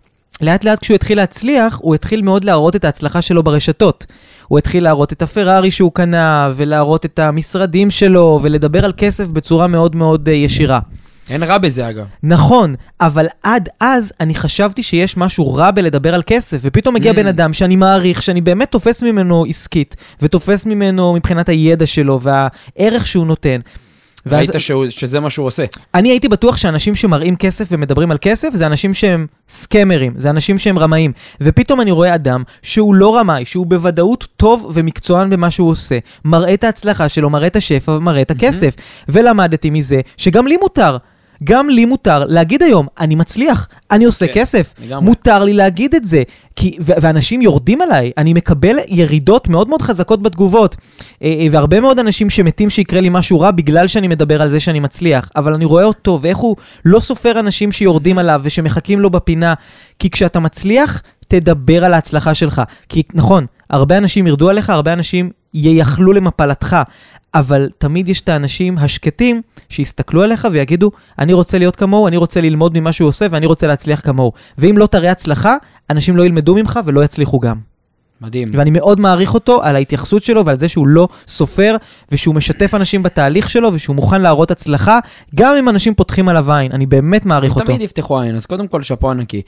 לאט לאט כשהוא התחיל להצליח, הוא התחיל מאוד להראות את ההצלחה שלו ברשתות. הוא התחיל להראות את הפרארי שהוא קנה, ולהראות את המשרדים שלו, ולדבר על כסף בצורה מאוד מאוד ישירה. אין רע בזה אגב. נכון, אבל עד אז אני חשבתי שיש משהו רע בלדבר על כסף, ופתאום מגיע בן אדם שאני מעריך, שאני באמת תופס ממנו עסקית, ותופס ממנו מבחינת הידע שלו, והערך שהוא נותן. ראית שזה מה שהוא עושה. אני הייתי בטוח שאנשים שמראים כסף ומדברים על כסף, זה אנשים שהם סקמרים, זה אנשים שהם רמאים. ופתאום אני רואה אדם שהוא לא רמאי, שהוא בוודאות טוב ומקצוען במה שהוא עושה. מראה את ההצלחה שלו, מראה את השפע ומראה את הכסף. ולמדתי מזה שגם לי מותר. גם לי מותר להגיד היום, אני מצליח, אני עושה כסף, מותר לי להגיד את זה, ואנשים יורדים עליי, אני מקבל ירידות מאוד מאוד חזקות בתגובות, והרבה מאוד אנשים שמתים שיקרה לי משהו רע, בגלל שאני מדבר על זה שאני מצליח, אבל אני רואה אותו, ואיך הוא לא סופר אנשים שיורדים עליו, ושמחכים לו בפינה, כי כשאתה מצליח, תדבר על ההצלחה שלך, כי נכון, הרבה אנשים ירדו עליך, הרבה אנשים ייחלו למפלתך, אבל תמיד יש את האנשים השקטים שיסתכלו עליך ויגידו, אני רוצה להיות כמוהו, אני רוצה ללמוד ממה שהוא עושה, ואני רוצה להצליח כמוהו. ואם לא תראה הצלחה, אנשים לא ילמדו ממך ולא יצליחו גם. מדהים. ואני מאוד מעריך אותו על ההתייחסות שלו ועל זה שהוא לא סופר, ושהוא משתף אנשים בתהליך שלו, ושהוא מוכן להראות הצלחה, גם אם אנשים פותחים עליו עין. אני באמת מעריך אותו. תמיד יפתחו עין, אז קודם כל שפו ענקי.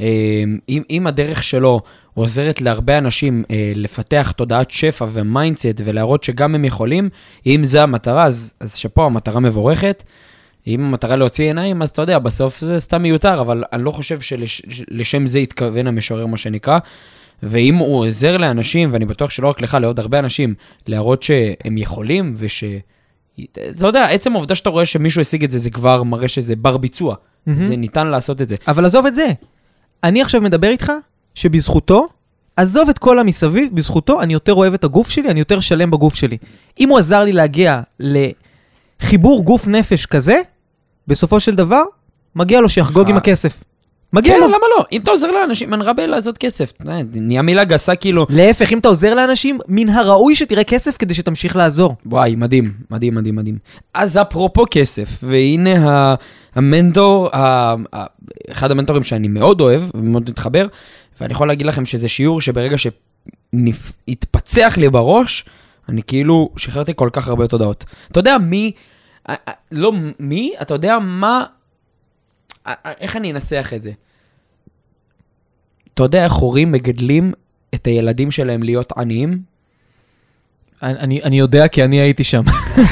אם הדרך שלו עוזרת להרבה אנשים לפתח תודעת שפע ומיינדסט ולהראות שגם הם יכולים, אם זה המטרה, אז שפה המטרה מבורכת. אם המטרה להוציא עיניים, אז אתה יודע, בסוף זה סתם מיותר, אבל אני לא חושב שלשם זה יתכוון המשורר מה שנקרא, ואם הוא עוזר לאנשים, ואני בטוח שלא רק לך, לעוד הרבה אנשים, להראות שהם יכולים, אתה יודע, עצם העובדה שאתה רואה שמישהו השיג את זה, זה כבר מראה שזה בר ביצוע. זה ניתן לעשות את זה. אבל עזוב את זה. אני עכשיו מדבר איתך שבזכותו, עזוב את כל המסביב, בזכותו אני יותר אוהב את הגוף שלי, אני יותר שלם בגוף שלי. אם הוא עזר לי להגיע לחיבור גוף נפש כזה, בסופו של דבר, מגיע לו שיחגוג עם הכסף. מגיע לו. למה לא? אם אתה עוזר לאנשים, אין רבה לעשות כסף. נהיה מילה גסה כאילו. להפך, אם אתה עוזר לאנשים, מן הראוי שתראה כסף כדי שתמשיך לעזור. וואי, מדהים, מדהים, מדהים, מדהים. אז אפרופו כסף, והנה המנטור, אחד המנטורים שאני מאוד אוהב ומאוד מתחבר, ואני יכול להגיד לכם שזה שיעור שברגע שהתפצח לי בראש, אני כאילו שחררתי כל כך הרבה תודעות. אתה יודע מי, לא מי, אתה יודע מה, איך אני אנסח את זה? אתה יודע איך הורים מגדלים את הילדים שלהם להיות עניים? אני יודע כי אני הייתי שם.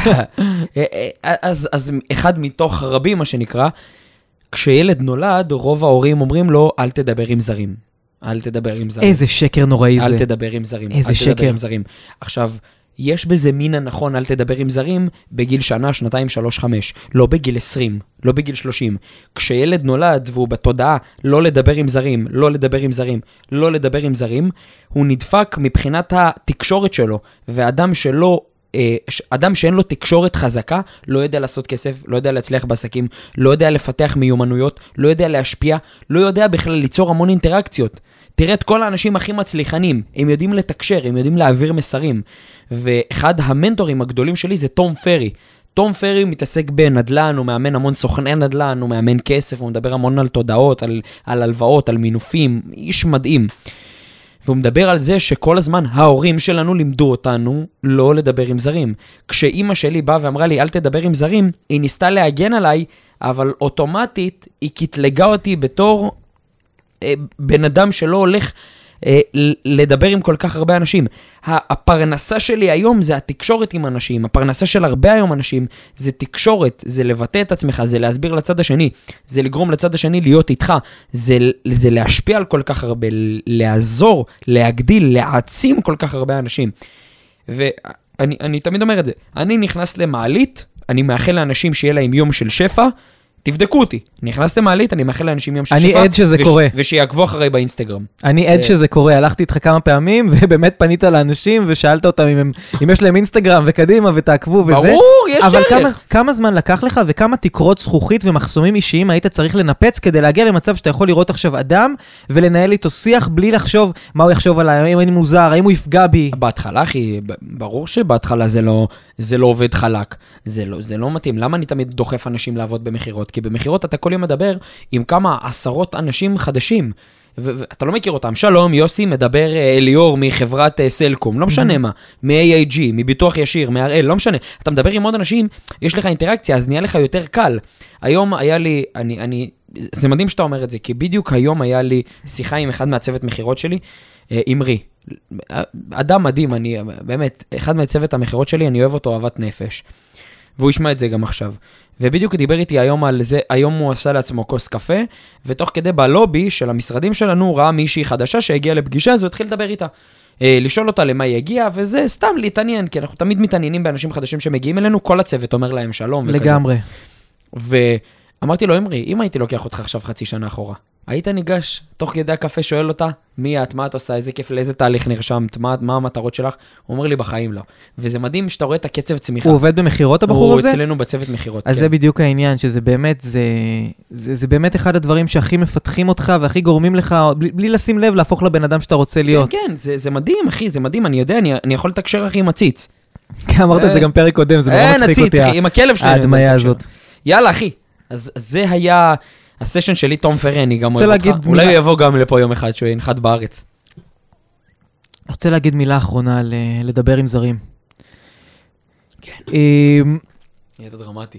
אז אחד מתוך רבים, מה שנקרא, כשילד נולד, רוב ההורים אומרים לו, אל תדבר עם זרים. אל תדבר עם זרים. איזה שקר נוראי זה. אל תדבר עם זרים. איזה שקר. עכשיו, יש בזה מין הנכון, אל תדבר עם זרים, בגיל שנה, שנתיים, 3, 5. לא בגיל 20, לא בגיל 30. כשילד נולד והוא בתודעה, לא לדבר עם זרים, לא לדבר עם זרים, לא לדבר עם זרים, הוא נדפק מבחינת התקשורת שלו, ואדם שלא אדם שאין לו תקשורת חזקה, לא יודע לעשות כסף, לא יודע להצליח בעסקים, לא יודע לפתח מיומנויות, לא יודע להשפיע, לא יודע בכלל ליצור המון אינטראקציות. תראה את כל האנשים הכי מצליחנים, הם יודעים לתקשר, הם יודעים להעביר מסרים. ואחד המנטורים הגדולים שלי זה תום פרי. תום פרי מתעסק בנדל"ן, הוא מאמן המון סוכני נדל"ן, הוא מאמן כסף, הוא מדבר המון על תודעות, על הלוואות, על מינופים, איש מדהים. והוא מדבר על זה שכל הזמן ההורים שלנו לימדו אותנו לא לדבר עם זרים. כשאימא שלי באה ואמרה לי, אל תדבר עם זרים, היא ניסתה להגן עליי, אבל אוטומטית היא קטלגה אותי בתור בן אדם שלא הולך לדבר עם כל כך הרבה אנשים. הפרנסה שלי היום זה התקשורת עם אנשים, הפרנסה של הרבה היום אנשים זה תקשורת, זה לבטא את עצמך, זה להסביר לצד השני, זה לגרום לצד השני להיות איתך, זה להשפיע על כל כך הרבה, לעזור, להגדיל, להעצים כל כך הרבה אנשים. ואני תמיד אומר את זה, אני נכנס למעלית, אני מאחל לאנשים שיהיה להם יום של שפע, תבדקו אותי. נכנסתם מעלית, אני מאחל לאנשים יום של שפע. אני עד שזה קורה. ושיעקבו אחריי באינסטגרם. אני עד שזה קורה. הלכתי איתך כמה פעמים, ובאמת פנית לאנשים, ושאלת אותם אם יש להם אינסטגרם, וקדימה, ותעקבו וזה. ברור, יש ערך. אבל כמה זמן לקח לך, וכמה תקרות זכוכית ומחסומים אישיים היית צריך לנפץ, כדי להגיע למצב שאתה יכול לראות עכשיו אדם, ולנהל איתו שיח, בלי לחשוב מה הוא יחשוב עליי, האם אני מוזר, האם הוא יפגע בי. בהתחלה, אחי, ברור שבהתחלה זה לא עובד חלק. זה לא מתאים. למה אני תמיד דוחף אנשים לעבוד במחירות? כי במחירות אתה כל יום מדבר עם כמה עשרות אנשים חדשים, ואתה לא מכיר אותם. שלום, יוסי מדבר אליאור מחברת סלקום, לא משנה מה, מ-AIG, מביטוח ישיר, מהראל, לא משנה. אתה מדבר עם עוד אנשים, יש לך אינטראקציה, אז נהיה לך יותר קל. היום היה לי, זה מדהים שאתה אומר את זה, כי בדיוק היום היה לי שיחה עם אחד מהצוות מחירות שלי, אמרי. אדם מדהים, אני באמת, אחד מהצוות המחירות שלי, אני אוהב אותו אהבת נפש. והוא ישמע את זה גם עכשיו. ובדיוק דיבר איתי היום על זה, היום הוא עשה לעצמו כוס קפה, ותוך כדי בלובי של המשרדים שלנו, הוא ראה מישהי חדשה שהגיעה לפגישה, אז הוא התחיל לדבר איתה. לשאול אותה למה היא הגיעה, וזה סתם להתעניין, כי אנחנו תמיד מתעניינים באנשים חדשים שמגיעים אלינו, כל הצוות אומר להם שלום. לגמרי. ואמרתי לו, אמרי, אם הייתי לוקח אותך עכשיו חצי שנה אחורה, היית ניגש, תוך כדי הקפה שואל אותה, מי את, מה את עושה, איזה כיף, לאיזה תהליך נרשמת, מה המטרות שלך? הוא אומר לי, בחיים לא. וזה מדהים שאתה רואה את הקצב צמיחה. הוא עובד במחירות הבחור הזה? הוא אצלנו בצוות מחירות, אז כן. זה בדיוק העניין, שזה באמת, זה באמת אחד הדברים שהכי מפתחים אותך, והכי גורמים לך, בלי לשים לב, להפוך לבן אדם שאתה רוצה להיות. כן, זה מדהים, אחי, זה מדהים, אני יודע, אני יכול לתקשר הכי עם הציץ. כן, אמרת את זה גם פרק קודם, זה נורא מצחיק אותי. עם הכלב שלי. ההדמיה הזאת. יאללה, אחי. אז זה היה הסשן שלי, תום פרי, אני גם אוהב אותך. אולי הוא יבוא גם לפה יום אחד, שהוא ינחת בארץ. אני רוצה להגיד מילה אחרונה לדבר עם זרים. כן. יהיה דרמטי.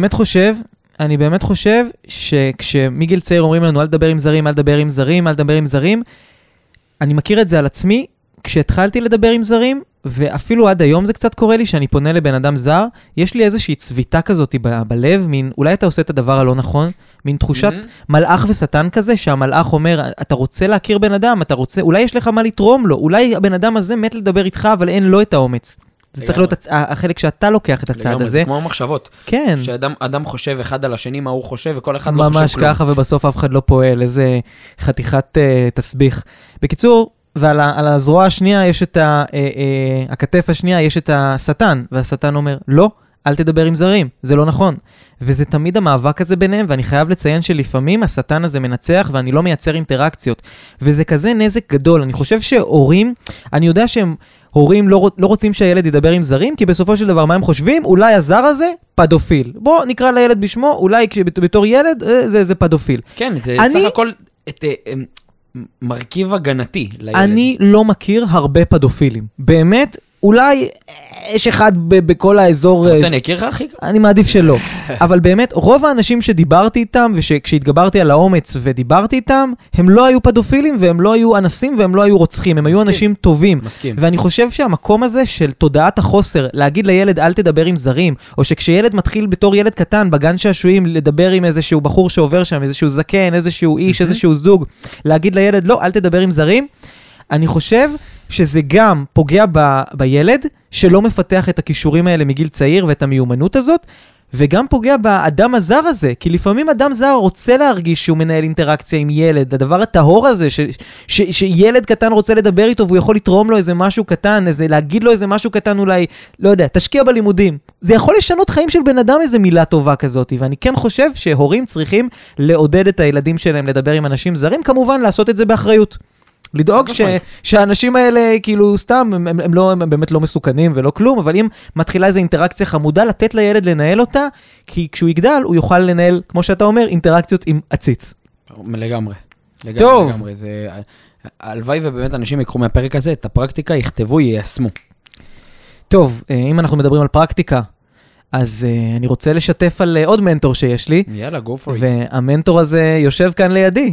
אני באמת חושב שכשמגיל צעיר אומרים לנו, אל תדבר עם זרים, אל תדבר עם זרים, אל תדבר עם זרים, אני מכיר את זה על עצמי, כשהתחלתי לדבר עם זרים, ואפילו עד היום זה קצת קורה לי, שאני פונה לבן אדם זר, יש לי איזושהי צביטה כזאת בלב, מין, אולי אתה עושה את הדבר הלא נכון, מין תחושת מלאך ושטן כזה, שהמלאך אומר, אתה רוצה להכיר בן אדם, אתה רוצה, אולי יש לך מה לתרום לו, אולי הבן אדם הזה מת לדבר איתך, אבל אין לו את האומץ. זה צריך להיות החלק שאתה לוקח את הצעד הזה. זה כמו מחשבות. כן. שאדם חושב אחד על השני מה הוא חושב, וכל אחד לא חושב ממש ככה, ובסוף אף אחד לא פועל, איזה חתיכת תסביך. בקיצור, ועל הזרוע השנייה יש את הכתף השנייה, יש את השטן, והשטן אומר, לא, אל תדבר עם זרים, זה לא נכון. וזה תמיד המאבק הזה ביניהם, ואני חייב לציין שלפעמים השטן הזה מנצח, ואני לא מייצר אינטראקציות. וזה כזה נזק גדול. אני חושב שהורים, אני יודע שהם הורים לא רוצים שהילד ידבר עם זרים, כי בסופו של דבר מה הם חושבים? אולי הזר הזה פדופיל. בוא נקרא לילד בשמו, אולי בתור ילד זה פדופיל. כן, זה סך הכל מרכיב הגנתי לילד. אני לא מכיר הרבה פדופילים. באמת, אולי יש אחד בכל האזור... אתה רוצה אני אכיר לך, אחי? אני מעדיף שלא. אבל באמת, רוב האנשים שדיברתי איתם, וכשהתגברתי על האומץ ודיברתי איתם, הם לא היו פדופילים, והם לא היו אנסים, והם לא היו רוצחים. הם היו אנשים טובים. מסכים. ואני חושב שהמקום הזה של תודעת החוסר, להגיד לילד אל תדבר עם זרים, או שכשילד מתחיל בתור ילד קטן, בגן שעשועים, לדבר עם איזשהו בחור שעובר שם, איזשהו זקן, איזשהו איש, איזשהו זוג, להגיד לילד לא, אל תדבר עם זרים. אני חושב שזה גם פוגע בילד, שלא מפתח את הכישורים האלה מגיל צעיר ואת המיומנות הזאת, וגם פוגע באדם הזר הזה, כי לפעמים אדם זר רוצה להרגיש שהוא מנהל אינטראקציה עם ילד, הדבר הטהור הזה, שילד קטן רוצה לדבר איתו, והוא יכול לתרום לו איזה משהו קטן, להגיד לו איזה משהו קטן אולי, לא יודע, תשקיע בלימודים. זה יכול לשנות חיים של בן אדם איזה מילה טובה כזאת, ואני כן חושב שהורים צריכים לעודד את הילדים שלהם לדבר עם אנשים זרים, כמובן לעשות את זה באחריות. לדאוג שהאנשים האלה כאילו סתם, הם באמת לא מסוכנים ולא כלום, אבל אם מתחילה איזו אינטראקציה חמודה, לתת לילד לנהל אותה, כי כשהוא יגדל, הוא יוכל לנהל, כמו שאתה אומר, אינטראקציות עם עציץ. לגמרי. טוב. לגמרי. הלוואי ובאמת אנשים יקחו מהפרק הזה, את הפרקטיקה, יכתבו, יישמו. טוב, אם אנחנו מדברים על פרקטיקה, אז אני רוצה לשתף על עוד מנטור שיש לי. יאללה, go for it. והמנטור הזה יושב כאן לידי.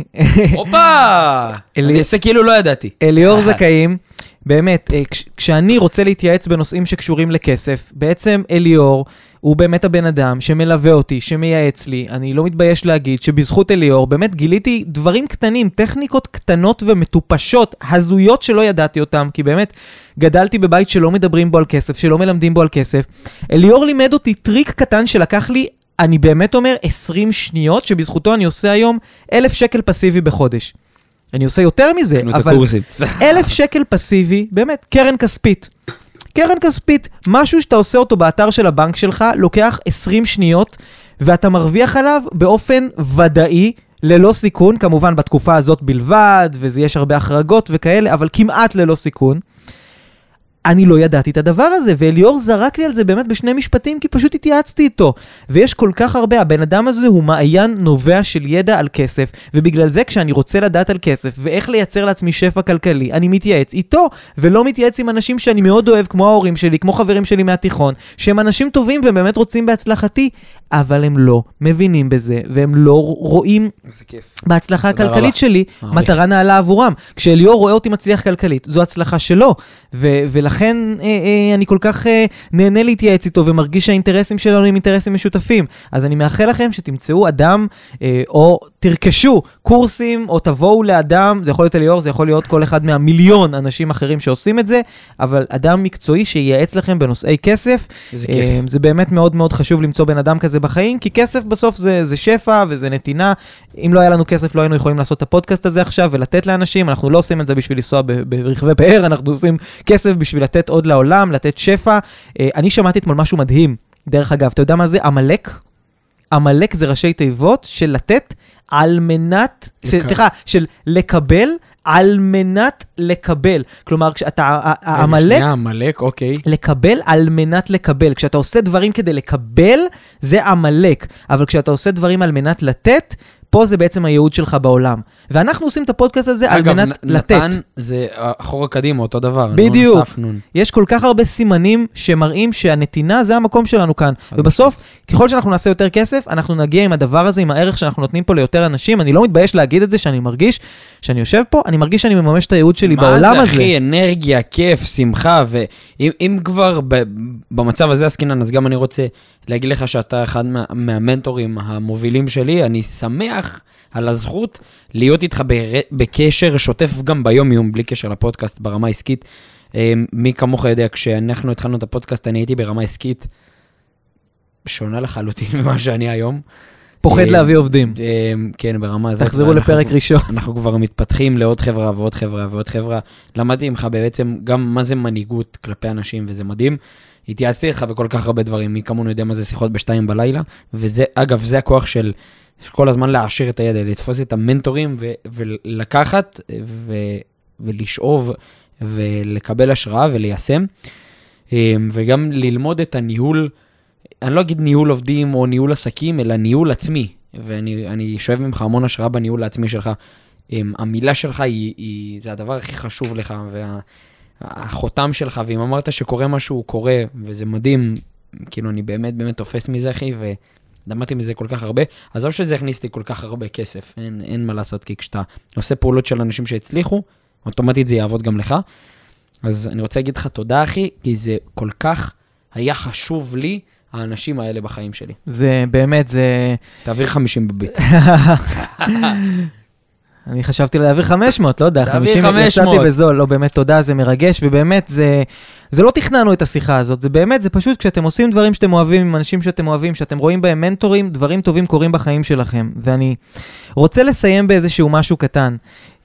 הופה! אני אעשה כאילו לא ידעתי. אליאור זכאים, באמת, כשאני רוצה להתייעץ בנושאים שקשורים לכסף, בעצם אליאור הוא באמת הבן אדם שמלווה אותי, שמייעץ לי. אני לא מתבייש להגיד שבזכות אליאור באמת גיליתי דברים קטנים, טכניקות קטנות ומטופשות, הזויות שלא ידעתי אותם, כי באמת גדלתי בבית שלא מדברים בו על כסף, שלא מלמדים בו על כסף. אליאור לימד אותי טריק קטן שלקח לי, אני באמת אומר 20 שניות, שבזכותו אני עושה היום 1,000 שקל פסיבי בחודש. אני עושה יותר מזה, אבל 1,000 שקל פסיבי, באמת, קרן כספית. קרן כספית, משהו שאתה עושה אותו באתר של הבנק שלך, לוקח 20 שניות, ואתה מרוויח עליו באופן ודאי, ללא סיכון, כמובן בתקופה הזאת בלבד, ויש הרבה החרגות וכאלה, אבל כמעט ללא סיכון. אני לא ידעתי את הדבר הזה, ואליאור זרק לי על זה באמת בשני משפטים, כי פשוט התייעצתי איתו. ויש כל כך הרבה, הבן אדם הזה הוא מעיין נובע של ידע על כסף, ובגלל זה כשאני רוצה לדעת על כסף, ואיך לייצר לעצמי שפע כלכלי, אני מתייעץ איתו, ולא מתייעץ עם אנשים שאני מאוד אוהב, כמו ההורים שלי, כמו חברים שלי מהתיכון, שהם אנשים טובים ובאמת רוצים בהצלחתי, אבל הם לא מבינים בזה, והם לא רואים בהצלחה הכלכלית שלי, מטרה נעלה עבורם. כשאליאור רואה אותי מצליח כלכלית, זו הצלחה שלו, ולכן אני כל כך נהנה להתייעץ איתו, ומרגיש שהאינטרסים שלנו הם אינטרסים משותפים. אז אני מאחל לכם שתמצאו אדם, או תרכשו קורסים, או תבואו לאדם, זה יכול להיות אליאור, זה יכול להיות כל אחד מהמיליון אנשים אחרים שעושים את זה, אבל אדם מקצועי שייעץ לכם בנושאי כסף. זה באמת מאוד מאוד חשוב למצוא בן אדם כזה בחיים, כי כסף בסוף זה שפע וזה נתינה. אם לא היה לנו כסף, לא היינו יכולים לעשות את הפודקאסט הזה עכשיו ולתת לאנשים. אנחנו לא עושים את זה בשביל לנסוע ברכבי פאר, אנחנו עושים כסף בשביל לתת עוד לעולם, לתת שפע. אני שמעתי אתמול משהו מדהים. דרך אגב, אתה יודע מה זה? עמלק? עמלק זה ראשי תיבות של לתת על מנת, סליחה, של לקבל על מנת לקבל. כלומר, כשאתה, עמלק, אוקיי. לקבל על מנת לקבל. כשאתה עושה דברים כדי לקבל, זה עמלק. אבל כשאתה עושה דברים על מנת לתת, פה זה בעצם הייעוד שלך בעולם. ואנחנו עושים את הפודקאסט הזה על מנת לתת. נתן זה אחורה קדימה, אותו דבר. בדיוק. יש כל כך הרבה סימנים שמראים שהנתינה זה המקום שלנו כאן. ובסוף, ככל שאנחנו נעשה יותר כסף, אנחנו נגיע עם הדבר הזה, עם הערך שאנחנו נותנים פה ליותר אנשים. אני לא מתבייש להגיד את זה, שאני מרגיש, שאני יושב פה, אני מרגיש שאני מממש את הייעוד שלי בעולם הזה. מה זה אחי, אנרגיה, כיף, שמחה, ואם כבר במצב הזה עסקינן, אז גם אני רוצה להגיד לך שאתה אחד מהמנטורים המובילים שלי, אני שמח על הזכות להיות איתך בקשר שוטף גם ביום-יום, בלי קשר לפודקאסט ברמה עסקית. מי כמוך יודע, כשאנחנו התחלנו את הפודקאסט, אני הייתי ברמה עסקית שונה לחלוטין ממה שאני היום. פוחד להביא עובדים. כן, ברמה הזאת. תחזרו לפרק ראשון. אנחנו כבר מתפתחים לעוד חברה ועוד חברה ועוד חברה. למדתי ממך בעצם גם מה זה מנהיגות כלפי אנשים, וזה מדהים. התייעצתי לך בכל כך הרבה דברים, מי כמונו יודע מה זה שיחות ב2 בלילה, וזה, אגב, זה הכוח של כל הזמן להעשיר את הידע, לתפוס את המנטורים ולקחת ולשאוב ולקבל השראה וליישם, וגם ללמוד את הניהול, אני לא אגיד ניהול עובדים או ניהול עסקים, אלא ניהול עצמי, ואני שואב ממך המון השראה בניהול העצמי שלך. המילה שלך זה הדבר הכי חשוב לך, החותם שלך, ואם אמרת שקורה משהו, הוא קורה, וזה מדהים, כאילו אני באמת באמת תופס מזה, אחי, ודמעתי מזה כל כך הרבה, עזוב שזה הכניס לי כל כך הרבה כסף, אין מה לעשות, כי כשאתה עושה פעולות של אנשים שהצליחו, אוטומטית זה יעבוד גם לך, אז אני רוצה להגיד לך תודה, אחי, כי זה כל כך היה חשוב לי, האנשים האלה בחיים שלי. זה באמת, זה... תעביר 50 בביט. אני חשבתי להעביר 500, לא יודע, להעביר 50, 500. יצאתי בזול, לא, באמת, תודה, זה מרגש, ובאמת, זה לא תכננו את השיחה הזאת, זה באמת, זה פשוט, כשאתם עושים דברים שאתם אוהבים, עם אנשים שאתם אוהבים, שאתם רואים בהם מנטורים, דברים טובים קורים בחיים שלכם, ואני רוצה לסיים באיזשהו משהו קטן.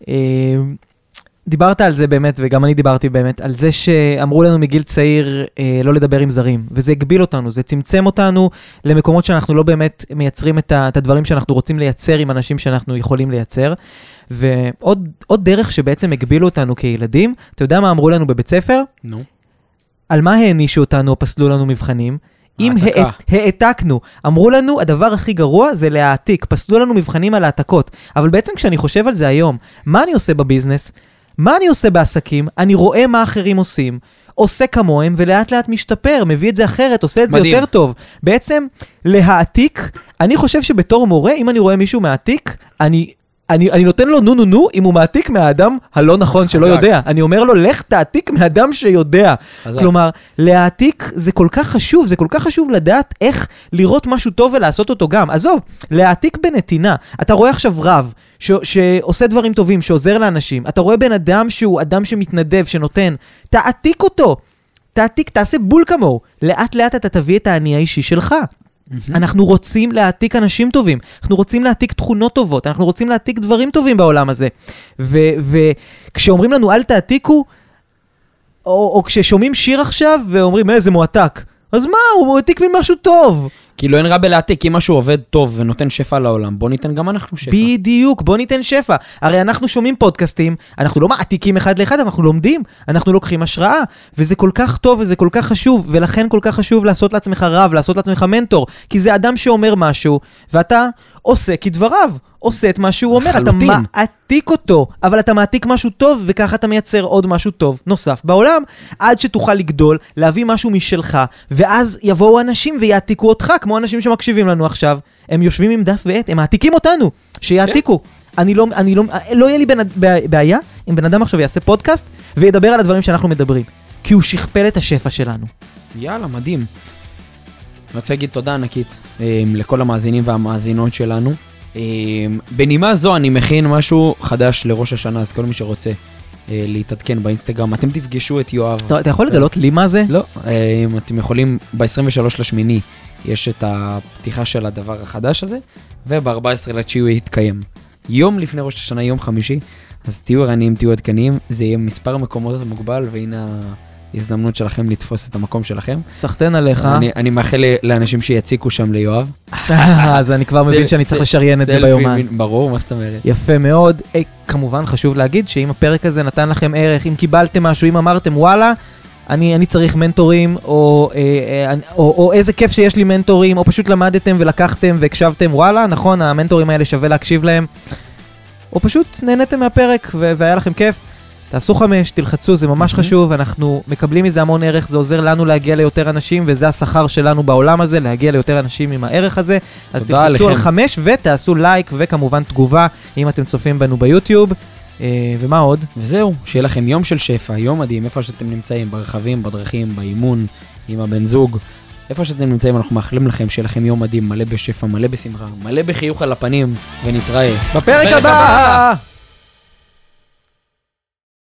דיברת על זה באמת, וגם אני דיברתי באמת, על זה שאמרו לנו מגיל צעיר לא לדבר עם זרים, וזה הגביל אותנו, זה צמצם אותנו למקומות שאנחנו לא באמת מייצרים את הדברים שאנחנו רוצים לייצר עם אנשים שאנחנו יכולים לייצר, ועוד דרך שבעצם הגבילו אותנו כילדים, אתה יודע מה אמרו לנו בבית ספר? נו. על מה הענישו אותנו או פסלו לנו מבחנים? אם העתקנו, אמרו לנו, הדבר הכי גרוע זה להעתיק, פסלו לנו מבחנים על העתקות, אבל בעצם כשאני חושב על זה היום, מה אני עושה בביזנס? מה אני עושה בעסקים? אני רואה מה אחרים עושים, עושה כמוהם ולאט לאט משתפר, מביא את זה אחרת, עושה את זה יותר טוב. בעצם להעתיק, אני חושב שבתור מורה, אם אני רואה מישהו מעתיק, אני נותן לו נו, אם הוא מעתיק מהאדם הלא נכון שלא יודע. אני אומר לו, לך תעתיק מהאדם שיודע. כלומר, להעתיק זה כל כך חשוב, זה כל כך חשוב לדעת איך לראות משהו טוב ולעשות אותו גם. עזוב, להעתיק בנתינה. אתה רואה עכשיו רב שעושה דברים טובים, שעוזר לאנשים. אתה רואה בן אדם שהוא אדם שמתנדב, שנותן. תעתיק אותו. תעתיק, תעשה בול כמוהו. לאט לאט אתה תביא את העני האישי שלך. אנחנו רוצים להעתיק אנשים טובים, אנחנו רוצים להעתיק תכונות טובות, אנחנו רוצים להעתיק דברים טובים בעולם הזה. וכשאומרים לנו אל תעתיקו, או כששומעים שיר עכשיו ואומרים איזה מועתק, אז מה, הוא מועתיק ממשהו טוב. כאילו אין רע בלהעתיק, אם משהו עובד טוב ונותן שפע לעולם, בוא ניתן גם אנחנו שפע. בדיוק, בוא ניתן שפע. הרי אנחנו שומעים פודקאסטים, אנחנו לא מעתיקים אחד לאחד, אבל אנחנו לומדים, אנחנו לוקחים השראה, וזה כל כך טוב וזה כל כך חשוב, ולכן כל כך חשוב לעשות לעצמך רב, לעשות לעצמך מנטור, כי זה אדם שאומר משהו, ואתה עושה כדבריו, עושה את מה שהוא אומר, אתה מעתיק אותו, אבל אתה מעתיק משהו טוב, וככה אתה מייצר עוד משהו טוב נוסף בעולם, עד שתוכל לגדול, להביא משהו משלך, ואז יבואו אנשים ויעתיקו אותך, כמו אנשים שמקשיבים לנו עכשיו, הם יושבים עם דף ועט, הם מעתיקים אותנו, שיעתיקו. לא יהיה לי בעיה, אם בן אדם עכשיו יעשה פודקאסט, וידבר על הדברים שאנחנו מדברים, כי הוא שכפל את השפע שלנו. יאללה, מדהים. אני רוצה להגיד תודה ענקית לכל המאזינים והמאזינות שלנו. בנימה זו אני מכין משהו חדש לראש השנה, אז כל מי שרוצה להתעדכן באינסטגרם, אתם תפגשו את יואב. אתה יכול לגלות לי מה זה? לא, אתם יכולים, ב-23/8 יש את הפתיחה של הדבר החדש הזה, וב-14/9 הוא יתקיים. יום לפני ראש השנה, יום חמישי, אז תהיו ערניים, תהיו עדכניים, זה יהיה מספר מקומות מוגבל, והנה הזדמנות שלכם לתפוס את המקום שלכם. סחטן עליך. אני מאחל לאנשים שיציקו שם ליואב. אז אני כבר מבין שאני צריך לשריין את זה ביומן. ברור, מה זאת אומרת? יפה מאוד. כמובן חשוב להגיד שאם הפרק הזה נתן לכם ערך, אם קיבלתם משהו, אם אמרתם וואלה, אני צריך מנטורים, או איזה כיף שיש לי מנטורים, או פשוט למדתם ולקחתם והקשבתם, וואלה, נכון, המנטורים האלה שווה להקשיב להם, או פשוט נהניתם מהפרק והיה לכם כיף. תעשו 5, תלחצו, זה ממש חשוב, אנחנו מקבלים מזה המון ערך, זה עוזר לנו להגיע ליותר אנשים, וזה השכר שלנו בעולם הזה, להגיע ליותר אנשים עם הערך הזה, אז תלחצו על 5 ותעשו לייק, וכמובן תגובה, אם אתם צופים בנו ביוטיוב, ומה עוד? וזהו, שיהיה לכם יום של שפע, יום מדהים, איפה שאתם נמצאים, ברכבים, בדרכים, באימון, עם הבן זוג, איפה שאתם נמצאים, אנחנו מאחלים לכם שיהיה לכם יום מדהים, מלא בשפע, מלא בשמחה, מלא בחיוך על הפנים, ונתראה בפרק הבא!